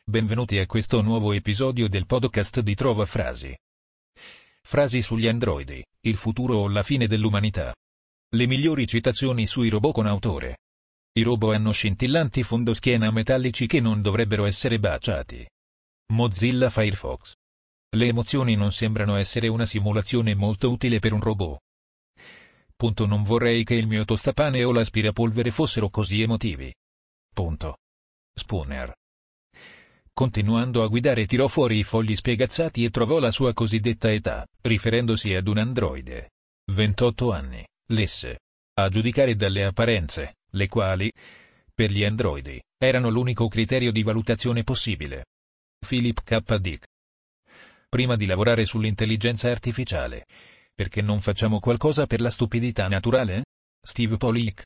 Benvenuti a questo nuovo episodio del podcast di Trova Frasi. Frasi sugli androidi, il futuro o la fine dell'umanità. Le migliori citazioni sui robot con autore. I robot hanno scintillanti fondoschiena metallici che non dovrebbero essere baciati. Mozilla Firefox. Le emozioni non sembrano essere una simulazione molto utile per un robot. Non vorrei che il mio tostapane o l'aspirapolvere fossero così emotivi. Spooner. Continuando a guidare tirò fuori i fogli spiegazzati e trovò la sua cosiddetta età, riferendosi ad un androide. 28 anni, lesse. A giudicare dalle apparenze, le quali, per gli androidi, erano l'unico criterio di valutazione possibile. Philip K. Dick. Prima di lavorare sull'intelligenza artificiale, perché non facciamo qualcosa per la stupidità naturale? Steve Poliak.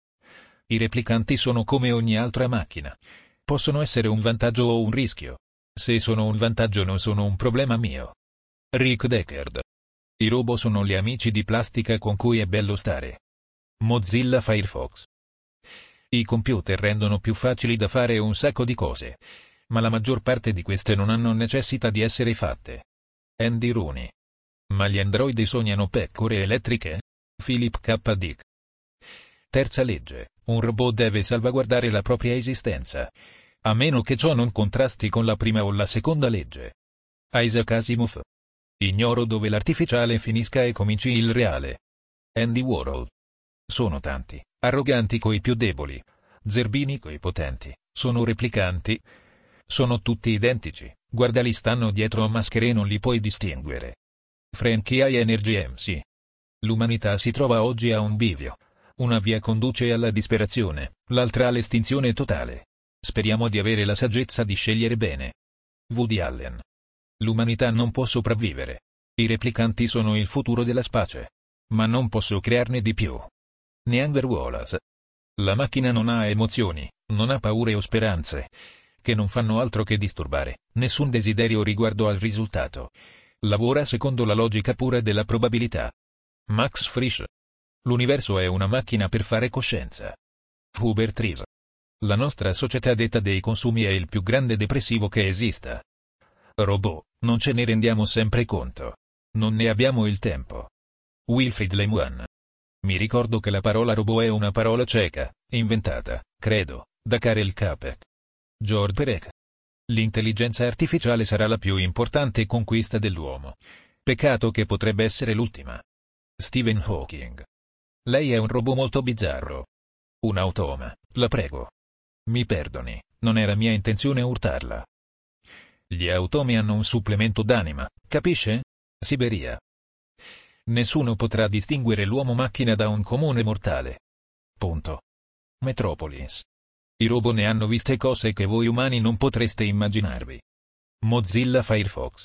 I replicanti sono come ogni altra macchina. Possono essere un vantaggio o un rischio. Se sono un vantaggio non sono un problema mio. Rick Deckard. I robot sono gli amici di plastica con cui è bello stare. Mozilla Firefox. I computer rendono più facili da fare un sacco di cose, ma la maggior parte di queste non hanno necessità di essere fatte. Andy Rooney. Ma gli androidi sognano pecore elettriche? Philip K. Dick. Terza legge, un robot deve salvaguardare la propria esistenza, a meno che ciò non contrasti con la prima o la seconda legge. Isaac Asimov. Ignoro dove l'artificiale finisca e cominci il reale. Andy Warhol. Sono tanti, arroganti coi più deboli, zerbini coi potenti, sono replicanti. Sono tutti identici, guardali stanno dietro a maschere e non li puoi distinguere. Frankie Energy MC. L'umanità si trova oggi a un bivio. Una via conduce alla disperazione, l'altra all'estinzione totale. Speriamo di avere la saggezza di scegliere bene. Woody Allen. L'umanità non può sopravvivere. I replicanti sono il futuro della specie. Ma non posso crearne di più. Neander Wallace. La macchina non ha emozioni, non ha paure o speranze, che non fanno altro che disturbare, nessun desiderio riguardo al risultato. Lavora secondo la logica pura della probabilità. Max Frisch. L'universo è una macchina per fare coscienza. Hubert Reeves. La nostra società detta dei consumi è il più grande depressivo che esista. Robot, non ce ne rendiamo sempre conto. Non ne abbiamo il tempo. Wilfried Lemoine. Mi ricordo che la parola robot è una parola ceca, inventata, credo, da Karel Čapek. George Perec. L'intelligenza artificiale sarà la più importante conquista dell'uomo. Peccato che potrebbe essere l'ultima. Stephen Hawking. Lei è un robot molto bizzarro. Un automa, la prego. Mi perdoni, non era mia intenzione urtarla. Gli automi hanno un supplemento d'anima, capisce? Siberia. Nessuno potrà distinguere l'uomo-macchina da un comune mortale. Metropolis. I robot ne hanno viste cose che voi umani non potreste immaginarvi. Mozilla Firefox.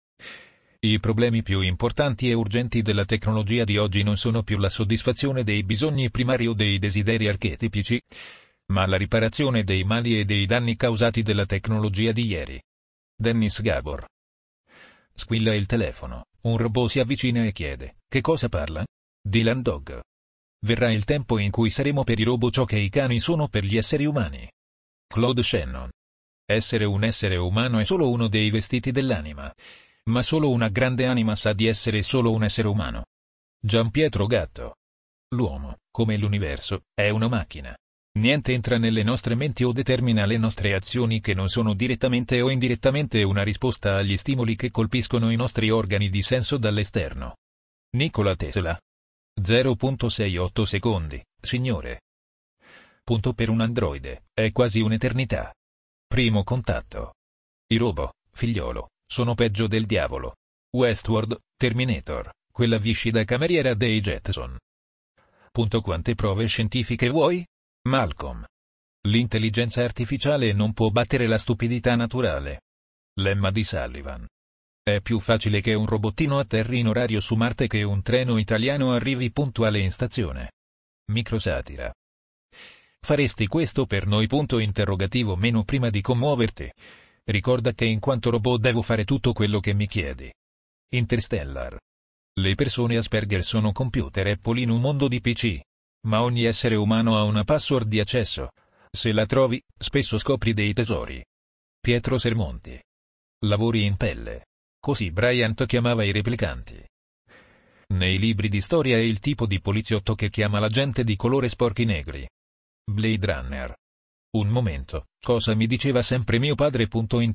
I problemi più importanti e urgenti della tecnologia di oggi non sono più la soddisfazione dei bisogni primari o dei desideri archetipici, ma la riparazione dei mali e dei danni causati dalla tecnologia di ieri. Dennis Gabor. Squilla il telefono, un robot si avvicina e chiede, che cosa parla? Dylan Dog. Verrà il tempo in cui saremo per i robot ciò che i cani sono per gli esseri umani. Claude Shannon. Essere un essere umano è solo uno dei vestiti dell'anima. Ma solo una grande anima sa di essere solo un essere umano. Gian Pietro Gatto. L'uomo, come l'universo, è una macchina. Niente entra nelle nostre menti o determina le nostre azioni che non sono direttamente o indirettamente una risposta agli stimoli che colpiscono i nostri organi di senso dall'esterno. Nikola Tesla. 0,68 secondi, signore. Per un androide, è quasi un'eternità. Primo contatto. I robot, figliolo, sono peggio del diavolo. Westworld, Terminator, quella viscida cameriera dei Jetson. Quante prove scientifiche vuoi? Malcolm. L'intelligenza artificiale non può battere la stupidità naturale. Lemma di Sullivan. È più facile che un robottino atterri in orario su Marte che un treno italiano arrivi puntuale in stazione. Microsatira. Faresti questo per noi? Meno prima di commuoverti. Ricorda che in quanto robot devo fare tutto quello che mi chiedi. Interstellar. Le persone Asperger sono computer Apple in un mondo di PC. Ma ogni essere umano ha una password di accesso. Se la trovi, spesso scopri dei tesori. Pietro Sermonti. Lavori in pelle. Così Bryant chiamava i replicanti. Nei libri di storia è il tipo di poliziotto che chiama la gente di colore sporchi negri. Blade Runner. Un momento, cosa mi diceva sempre mio padre?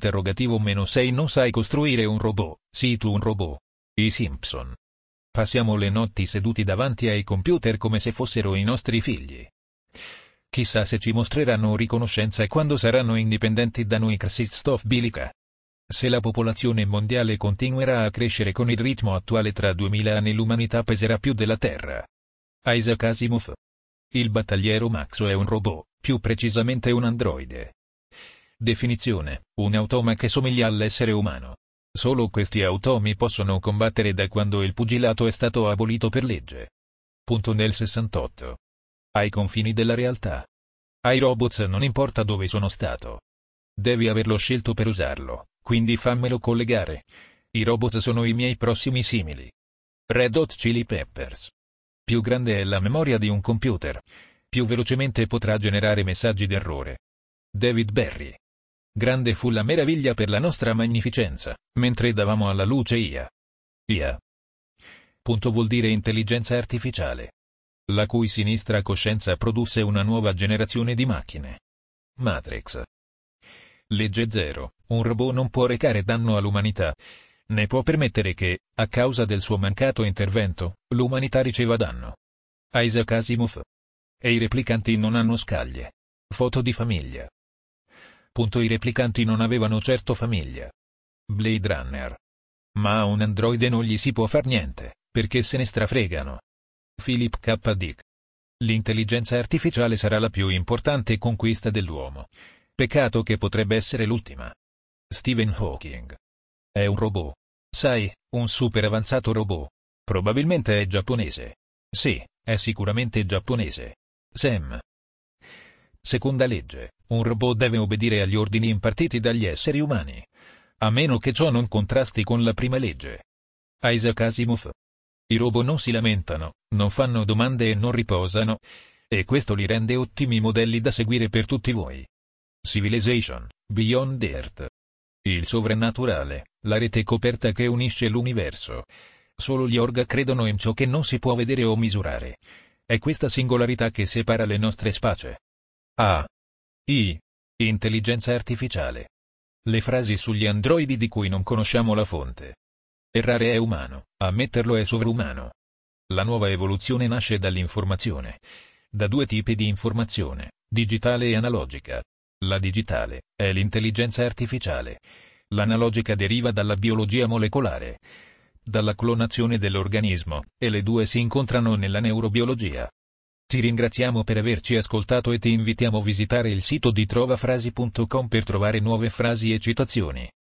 Sei non sai costruire un robot, sii tu un robot. I Simpson. Passiamo le notti seduti davanti ai computer come se fossero i nostri figli. Chissà se ci mostreranno riconoscenza e quando saranno indipendenti da noi. Krzysztof Bilica. Se la popolazione mondiale continuerà a crescere con il ritmo attuale, tra 2000 anni l'umanità peserà più della Terra. Isaac Asimov. Il battagliero Maxo è un robot, più precisamente un androide. Definizione: un automa che somiglia all'essere umano. Solo questi automi possono combattere da quando il pugilato è stato abolito per legge. Nel 68. Ai confini della realtà. Ai robots non importa dove sono stato. Devi averlo scelto per usarlo, quindi fammelo collegare. I robot sono i miei prossimi simili. Red Hot Chili Peppers. Più grande è la memoria di un computer, più velocemente potrà generare messaggi d'errore. David Berry. Grande fu la meraviglia per la nostra magnificenza, mentre davamo alla luce IA. IA. Vuol dire intelligenza artificiale, la cui sinistra coscienza produsse una nuova generazione di macchine. Matrix. Legge 0. Un robot non può recare danno all'umanità, né può permettere che, a causa del suo mancato intervento, l'umanità riceva danno. Isaac Asimov. E i replicanti non hanno scaglie. Foto di famiglia. I replicanti non avevano certo famiglia. Blade Runner. Ma a un androide non gli si può far niente, perché se ne strafregano. Philip K. Dick. L'intelligenza artificiale sarà la più importante conquista dell'uomo. Peccato che potrebbe essere l'ultima. Stephen Hawking. È un robot. Sai, un super avanzato robot. Probabilmente è giapponese. Sì, è sicuramente giapponese. Sam. Seconda legge: un robot deve obbedire agli ordini impartiti dagli esseri umani, a meno che ciò non contrasti con la prima legge. Isaac Asimov. I robot non si lamentano, non fanno domande e non riposano, e questo li rende ottimi modelli da seguire per tutti voi. Civilization, Beyond Earth. Il sovrannaturale, la rete coperta che unisce l'universo. Solo gli Orga credono in ciò che non si può vedere o misurare. È questa singolarità che separa le nostre specie. AI. Intelligenza artificiale. Le frasi sugli androidi di cui non conosciamo la fonte. Errare è umano, ammetterlo è sovrumano. La nuova evoluzione nasce dall'informazione. Da due tipi di informazione, digitale e analogica. La digitale è l'intelligenza artificiale. L'analogica deriva dalla biologia molecolare, dalla clonazione dell'organismo, e le due si incontrano nella neurobiologia. Ti ringraziamo per averci ascoltato e ti invitiamo a visitare il sito di trovafrasi.com per trovare nuove frasi e citazioni.